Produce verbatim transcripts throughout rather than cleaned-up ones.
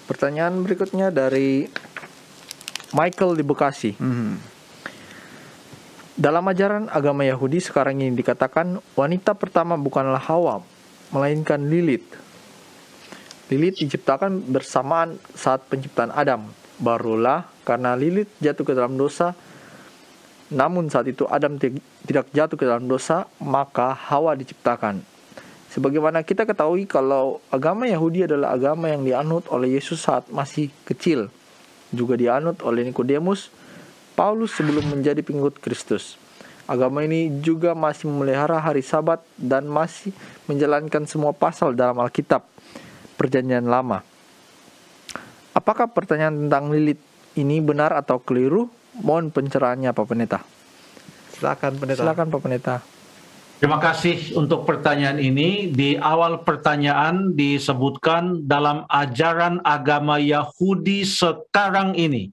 Pertanyaan berikutnya dari Michael di Bekasi. Mhm. Dalam ajaran agama Yahudi sekarang ini dikatakan wanita pertama bukanlah Hawa, melainkan Lilith. Lilith diciptakan bersamaan saat penciptaan Adam. Barulah karena Lilith jatuh ke dalam dosa, namun saat itu Adam ti- tidak jatuh ke dalam dosa, maka Hawa diciptakan. Sebagaimana kita ketahui kalau agama Yahudi adalah agama yang dianut oleh Yesus saat masih kecil, juga dianut oleh Nikodemus, Paulus sebelum menjadi pengikut Kristus. Agama ini juga masih memelihara hari Sabat dan masih menjalankan semua pasal dalam Alkitab Perjanjian Lama. Apakah pertanyaan tentang Lilith ini benar atau keliru? Mohon pencerahannya Pak Pendeta. Silakan pendeta. Silakan Pak Pendeta. Terima kasih untuk pertanyaan ini. Di awal pertanyaan disebutkan dalam ajaran agama Yahudi sekarang ini.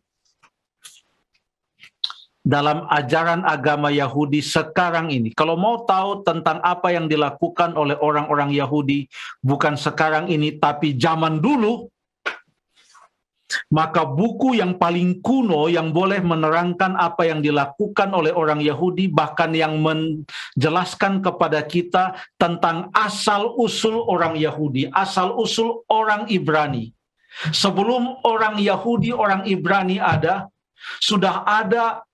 Dalam ajaran agama Yahudi sekarang ini. Kalau mau tahu tentang apa yang dilakukan oleh orang-orang Yahudi, bukan sekarang ini, tapi zaman dulu, maka buku yang paling kuno yang boleh menerangkan apa yang dilakukan oleh orang Yahudi, bahkan yang menjelaskan kepada kita tentang asal-usul orang Yahudi, asal-usul orang Ibrani. Sebelum orang Yahudi, orang Ibrani ada, sudah ada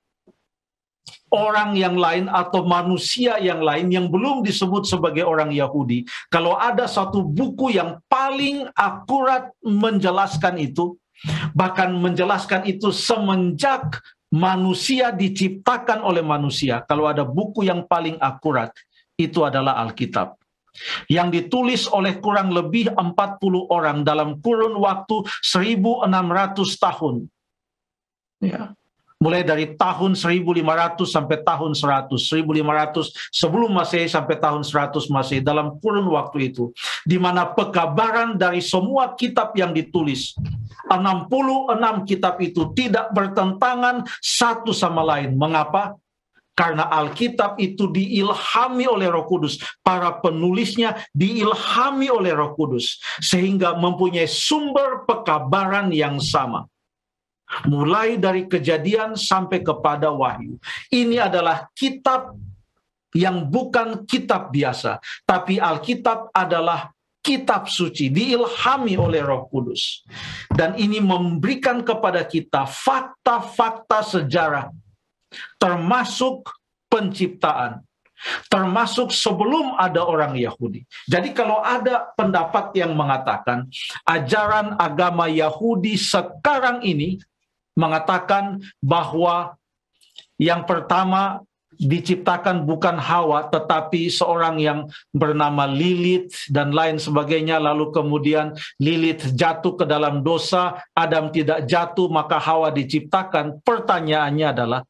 orang yang lain atau manusia yang lain yang belum disebut sebagai orang Yahudi. Kalau ada satu buku yang paling akurat menjelaskan itu, bahkan menjelaskan itu semenjak manusia diciptakan oleh manusia, kalau ada buku yang paling akurat, itu adalah Alkitab. Yang ditulis oleh kurang lebih empat puluh orang dalam kurun waktu seribu enam ratus tahun. Ya. Mulai dari tahun seribu lima ratus sampai tahun seratus, seribu lima ratus sebelum Masehi sampai tahun seratus Masehi, dalam kurun waktu itu, di mana pekabaran dari semua kitab yang ditulis, enam puluh enam kitab itu tidak bertentangan satu sama lain. Mengapa? Karena Alkitab itu diilhami oleh Roh Kudus, para penulisnya diilhami oleh Roh Kudus, sehingga mempunyai sumber pekabaran yang sama. Mulai dari Kejadian sampai kepada Wahyu. Ini adalah kitab yang bukan kitab biasa, tapi Alkitab adalah kitab suci, diilhami oleh Roh Kudus. Dan ini memberikan kepada kita fakta-fakta sejarah, termasuk penciptaan, termasuk sebelum ada orang Yahudi. Jadi kalau ada pendapat yang mengatakan ajaran agama Yahudi sekarang ini mengatakan bahwa yang pertama diciptakan bukan Hawa, tetapi seorang yang bernama Lilith dan lain sebagainya, lalu kemudian Lilith jatuh ke dalam dosa, Adam tidak jatuh, maka Hawa diciptakan. Pertanyaannya adalah,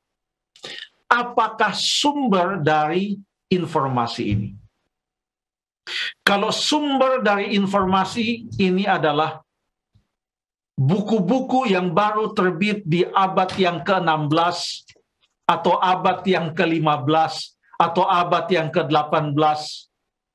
apakah sumber dari informasi ini? Kalau sumber dari informasi ini adalah buku-buku yang baru terbit di abad yang ke enam belas atau abad yang ke lima belas atau abad yang ke delapan belas.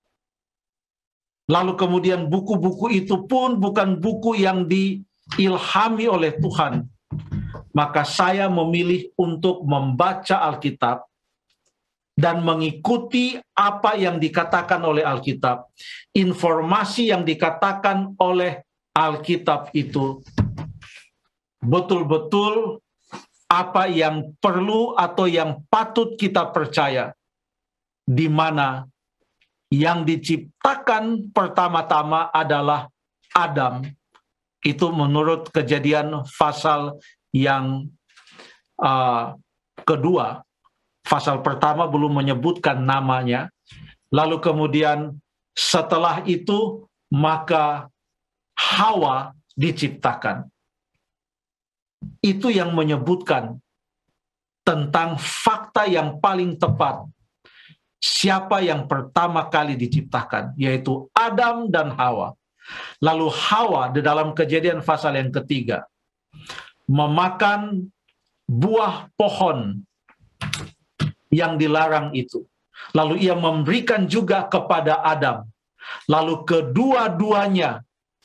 Lalu kemudian buku-buku itu pun bukan buku yang diilhami oleh Tuhan. Maka saya memilih untuk membaca Alkitab dan mengikuti apa yang dikatakan oleh Alkitab. Informasi yang dikatakan oleh Alkitab itu betul-betul apa yang perlu atau yang patut kita percaya, di mana yang diciptakan pertama-tama adalah Adam. Itu menurut Kejadian pasal yang uh, kedua. Pasal pertama belum menyebutkan namanya. Lalu kemudian setelah itu maka Hawa diciptakan. Itu yang menyebutkan tentang fakta yang paling tepat. Siapa yang pertama kali diciptakan, yaitu Adam dan Hawa. Lalu Hawa di dalam Kejadian pasal yang ketiga memakan buah pohon yang dilarang itu. Lalu ia memberikan juga kepada Adam. Lalu kedua-duanya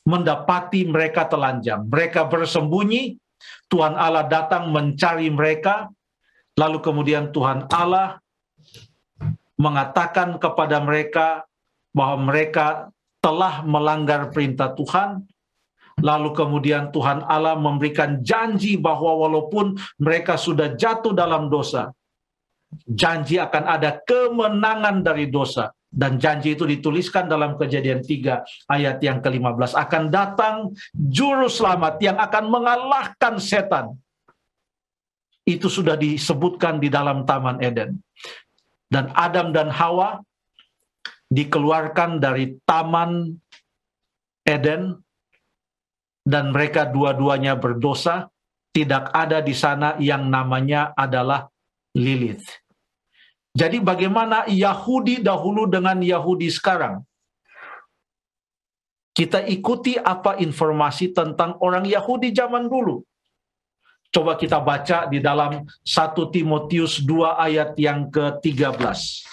mendapati mereka telanjang. Mereka bersembunyi, Tuhan Allah datang mencari mereka, lalu kemudian Tuhan Allah mengatakan kepada mereka bahwa mereka telah melanggar perintah Tuhan. Lalu kemudian Tuhan Allah memberikan janji bahwa walaupun mereka sudah jatuh dalam dosa, janji akan ada kemenangan dari dosa. Dan janji itu dituliskan dalam Kejadian tiga ayat yang kelima belas. Akan datang juru selamat yang akan mengalahkan setan. Itu sudah disebutkan di dalam Taman Eden. Dan Adam dan Hawa dikeluarkan dari Taman Eden, dan mereka dua-duanya berdosa. Tidak ada di sana yang namanya adalah Lilith. Jadi bagaimana Yahudi dahulu dengan Yahudi sekarang? Kita ikuti apa informasi tentang orang Yahudi zaman dulu. Coba kita baca di dalam satu Timotius dua ayat yang ke tiga belas.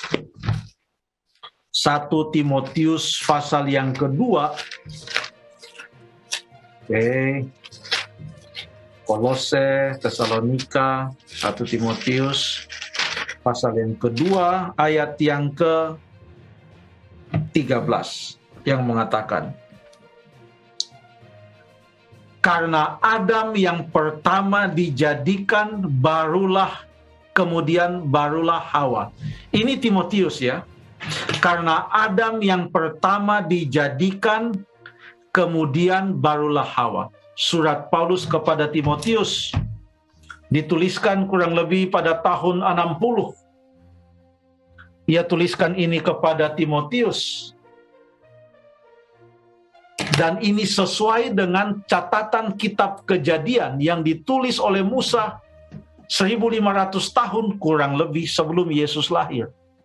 satu Timotius pasal yang kedua. Oke. Kolose, Tesalonika, satu Timotius pasal yang kedua ayat yang ke tiga belas yang mengatakan, karena Adam yang pertama dijadikan, barulah kemudian barulah Hawa. Ini Timotius ya. Karena Adam yang pertama dijadikan, kemudian barulah Hawa. Surat Paulus kepada Timotius dituliskan kurang lebih pada tahun enam puluh. Ia tuliskan ini kepada Timotius. Dan ini sesuai dengan catatan kitab Kejadian yang ditulis oleh Musa seribu lima ratus tahun kurang lebih sebelum Yesus lahir.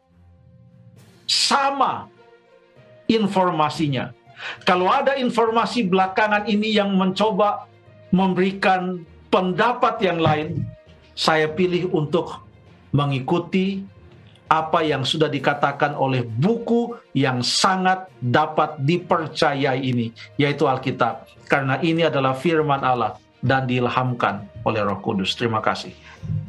Sama informasinya. Kalau ada informasi belakangan ini yang mencoba memberikan pendapat yang lain, saya pilih untuk mengikuti apa yang sudah dikatakan oleh buku yang sangat dapat dipercayai ini, yaitu Alkitab. Karena ini adalah firman Allah dan diilhamkan oleh Roh Kudus. Terima kasih.